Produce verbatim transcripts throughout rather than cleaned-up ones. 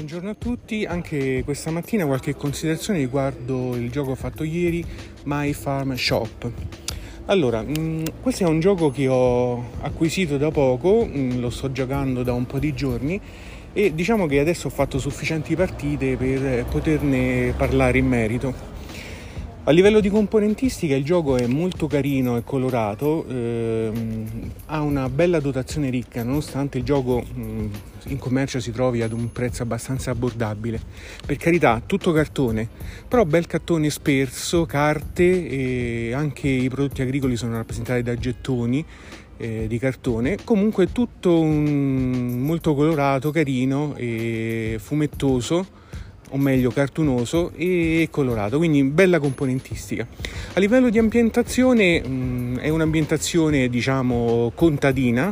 Buongiorno a tutti, anche questa mattina qualche considerazione riguardo il gioco fatto ieri, My Farm Shop. Allora, mh, questo è un gioco che ho acquisito da poco, mh, lo sto giocando da un po' di giorni e diciamo che adesso ho fatto sufficienti partite per poterne parlare in merito. A livello di componentistica il gioco è molto carino e colorato, ehm, ha una bella dotazione ricca nonostante il gioco mh, in commercio si trovi ad un prezzo abbastanza abbordabile. Per carità, tutto cartone, però bel cartone sperso, carte e anche i prodotti agricoli sono rappresentati da gettoni eh, di cartone. Comunque tutto un, molto colorato, carino e fumettoso, o meglio cartunoso e colorato, quindi bella componentistica. A livello di ambientazione mh, è un'ambientazione diciamo contadina,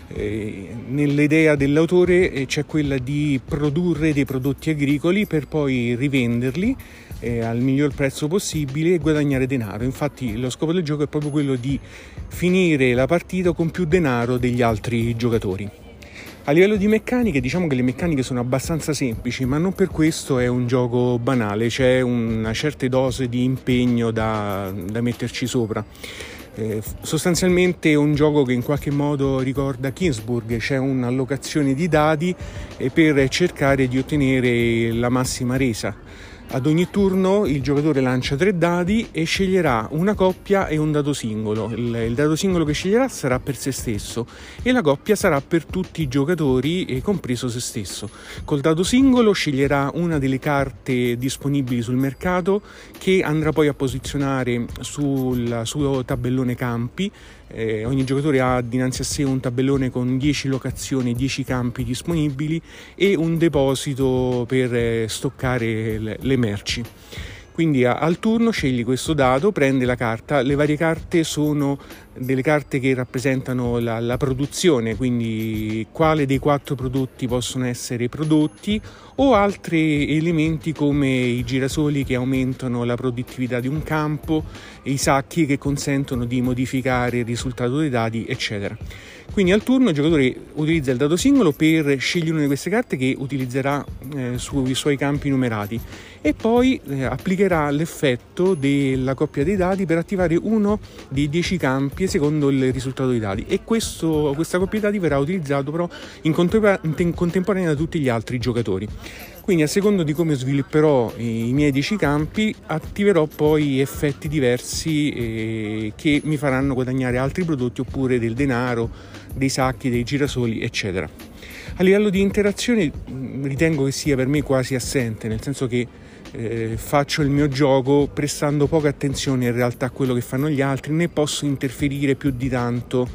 eh, nell'idea dell'autore eh, c'è quella di produrre dei prodotti agricoli per poi rivenderli eh, al miglior prezzo possibile e guadagnare denaro. Infatti lo scopo del gioco è proprio quello di finire la partita con più denaro degli altri giocatori. A livello di meccaniche, diciamo che le meccaniche sono abbastanza semplici, ma non per questo è un gioco banale, c'è una certa dose di impegno da, da metterci sopra. Eh, sostanzialmente è un gioco che in qualche modo ricorda Kingsburg, c'è un'allocazione di dadi per cercare di ottenere la massima resa. Ad ogni turno il giocatore lancia tre dadi e sceglierà una coppia e un dado singolo. Il, il dado singolo che sceglierà sarà per se stesso e la coppia sarà per tutti i giocatori, compreso se stesso. Col dado singolo sceglierà una delle carte disponibili sul mercato che andrà poi a posizionare sul suo tabellone campi. Eh, ogni giocatore ha dinanzi a sé un tabellone con dieci locazioni, dieci campi disponibili e un deposito per eh, stoccare le, le merci. Quindi a, al turno scegli questo dado, prende la carta, le varie carte sono delle carte che rappresentano la, la produzione, quindi quale dei quattro prodotti possono essere prodotti o altri elementi come i girasoli che aumentano la produttività di un campo, i sacchi che consentono di modificare il risultato dei dadi, eccetera. Quindi al turno il giocatore utilizza il dado singolo per scegliere una di queste carte che utilizzerà eh, sui suoi campi numerati e poi eh, applicherà l'effetto della coppia dei dadi per attivare uno dei dieci campi secondo il risultato dei dadi e questo, questa coppia di dadi verrà utilizzato però in, contempor- in contemporanea da tutti gli altri giocatori. Quindi a secondo di come svilupperò i miei dieci campi attiverò poi effetti diversi eh, che mi faranno guadagnare altri prodotti oppure del denaro, dei sacchi, dei girasoli, eccetera. A livello di interazione ritengo che sia per me quasi assente, nel senso che eh, faccio il mio gioco prestando poca attenzione in realtà a quello che fanno gli altri, né posso interferire più di tanto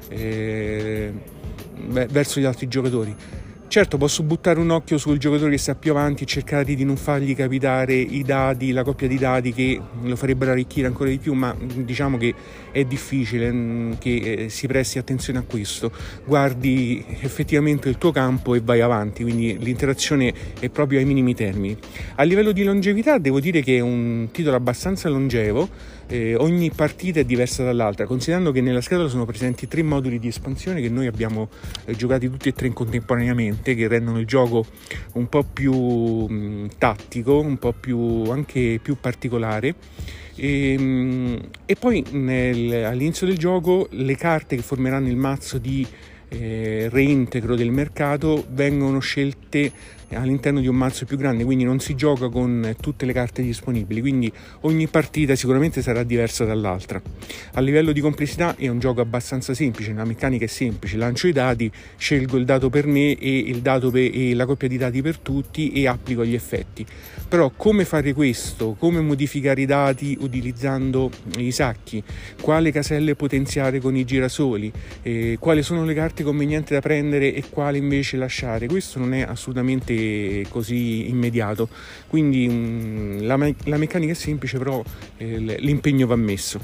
eh, verso gli altri giocatori. Certo, posso buttare un occhio sul giocatore che sta più avanti e cercare di non fargli capitare i dadi, la coppia di dadi che lo farebbero arricchire ancora di più, ma diciamo che è difficile che si presti attenzione a questo. Guardi effettivamente il tuo campo e vai avanti, quindi l'interazione è proprio ai minimi termini. A livello di longevità devo dire che è un titolo abbastanza longevo, eh, ogni partita è diversa dall'altra, considerando che nella scatola sono presenti tre moduli di espansione che noi abbiamo eh, giocati tutti e tre contemporaneamente, che rendono il gioco un po' più mh, tattico, un po' più anche più particolare e, mh, e poi nel, all'inizio del gioco le carte che formeranno il mazzo di eh, reintegro del mercato vengono scelte all'interno di un mazzo più grande, quindi non si gioca con tutte le carte disponibili, quindi ogni partita sicuramente sarà diversa dall'altra. A livello di complessità è un gioco abbastanza semplice, la meccanica è semplice, lancio i dadi, scelgo il dato per me e, il dato per, e la coppia di dati per tutti e applico gli effetti. Però come fare questo, come modificare i dati utilizzando i sacchi, quale caselle potenziare con i girasoli, eh, quali sono le carte convenienti da prendere e quali invece lasciare, questo non è assolutamente così immediato, quindi mh, la, me- la meccanica è semplice, però eh, l'impegno va messo.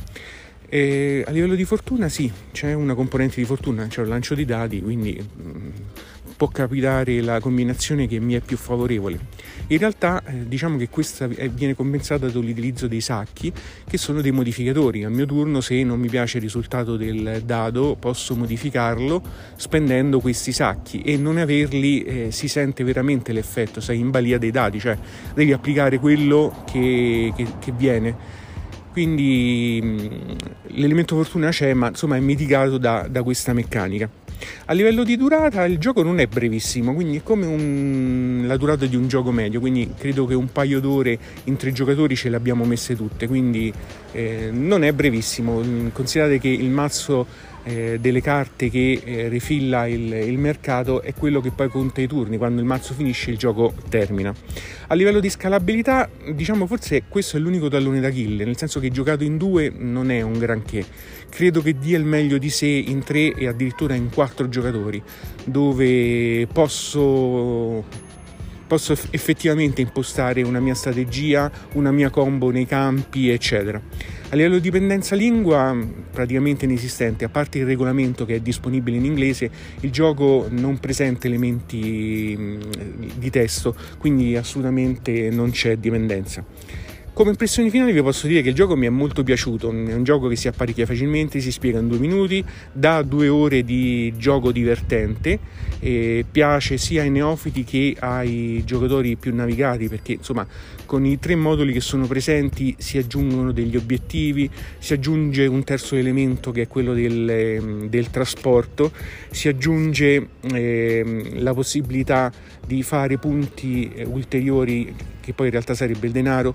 E a livello di fortuna sì, c'è una componente di fortuna, c'è un lancio di dadi, quindi mh, può capitare la combinazione che mi è più favorevole. In realtà eh, diciamo che questa viene compensata dall'utilizzo dei sacchi, che sono dei modificatori. A mio turno, se non mi piace il risultato del dado, posso modificarlo spendendo questi sacchi, e non averli eh, si sente veramente l'effetto, sei in balia dei dadi, cioè devi applicare quello che, che, che viene. Quindi mh, l'elemento fortuna c'è, ma insomma è mitigato da, da questa meccanica. A livello di durata il gioco non è brevissimo, quindi è come un, la durata di un gioco medio, quindi credo che un paio d'ore in tre giocatori ce le abbiamo messe tutte, quindi eh, non è brevissimo. Considerate che il mazzo eh, delle carte che eh, refilla il, il mercato è quello che poi conta i turni, quando il mazzo finisce il gioco termina. A livello di scalabilità, diciamo, forse questo è l'unico tallone d'Achille, nel senso che giocato in due non è un granché. Credo che dia il meglio di sé in tre e addirittura in quattro giocatori, dove posso, posso effettivamente impostare una mia strategia, una mia combo nei campi, eccetera. A livello di dipendenza lingua, praticamente inesistente, a parte il regolamento che è disponibile in inglese, il gioco non presenta elementi di testo, quindi assolutamente non c'è dipendenza. Come impressioni finali vi posso dire che il gioco mi è molto piaciuto, è un gioco che si apparecchia facilmente, si spiega in due minuti, dà due ore di gioco divertente, e piace sia ai neofiti che ai giocatori più navigati, perché insomma con i tre moduli che sono presenti si aggiungono degli obiettivi, si aggiunge un terzo elemento che è quello del, del trasporto, si aggiunge eh, la possibilità di fare punti ulteriori che poi in realtà sarebbe il denaro.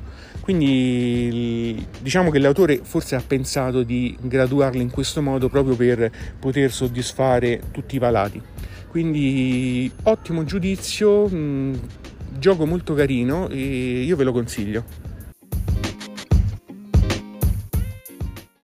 Quindi diciamo che l'autore forse ha pensato di graduarlo in questo modo proprio per poter soddisfare tutti i palati. Quindi ottimo giudizio, mh, gioco molto carino e io ve lo consiglio.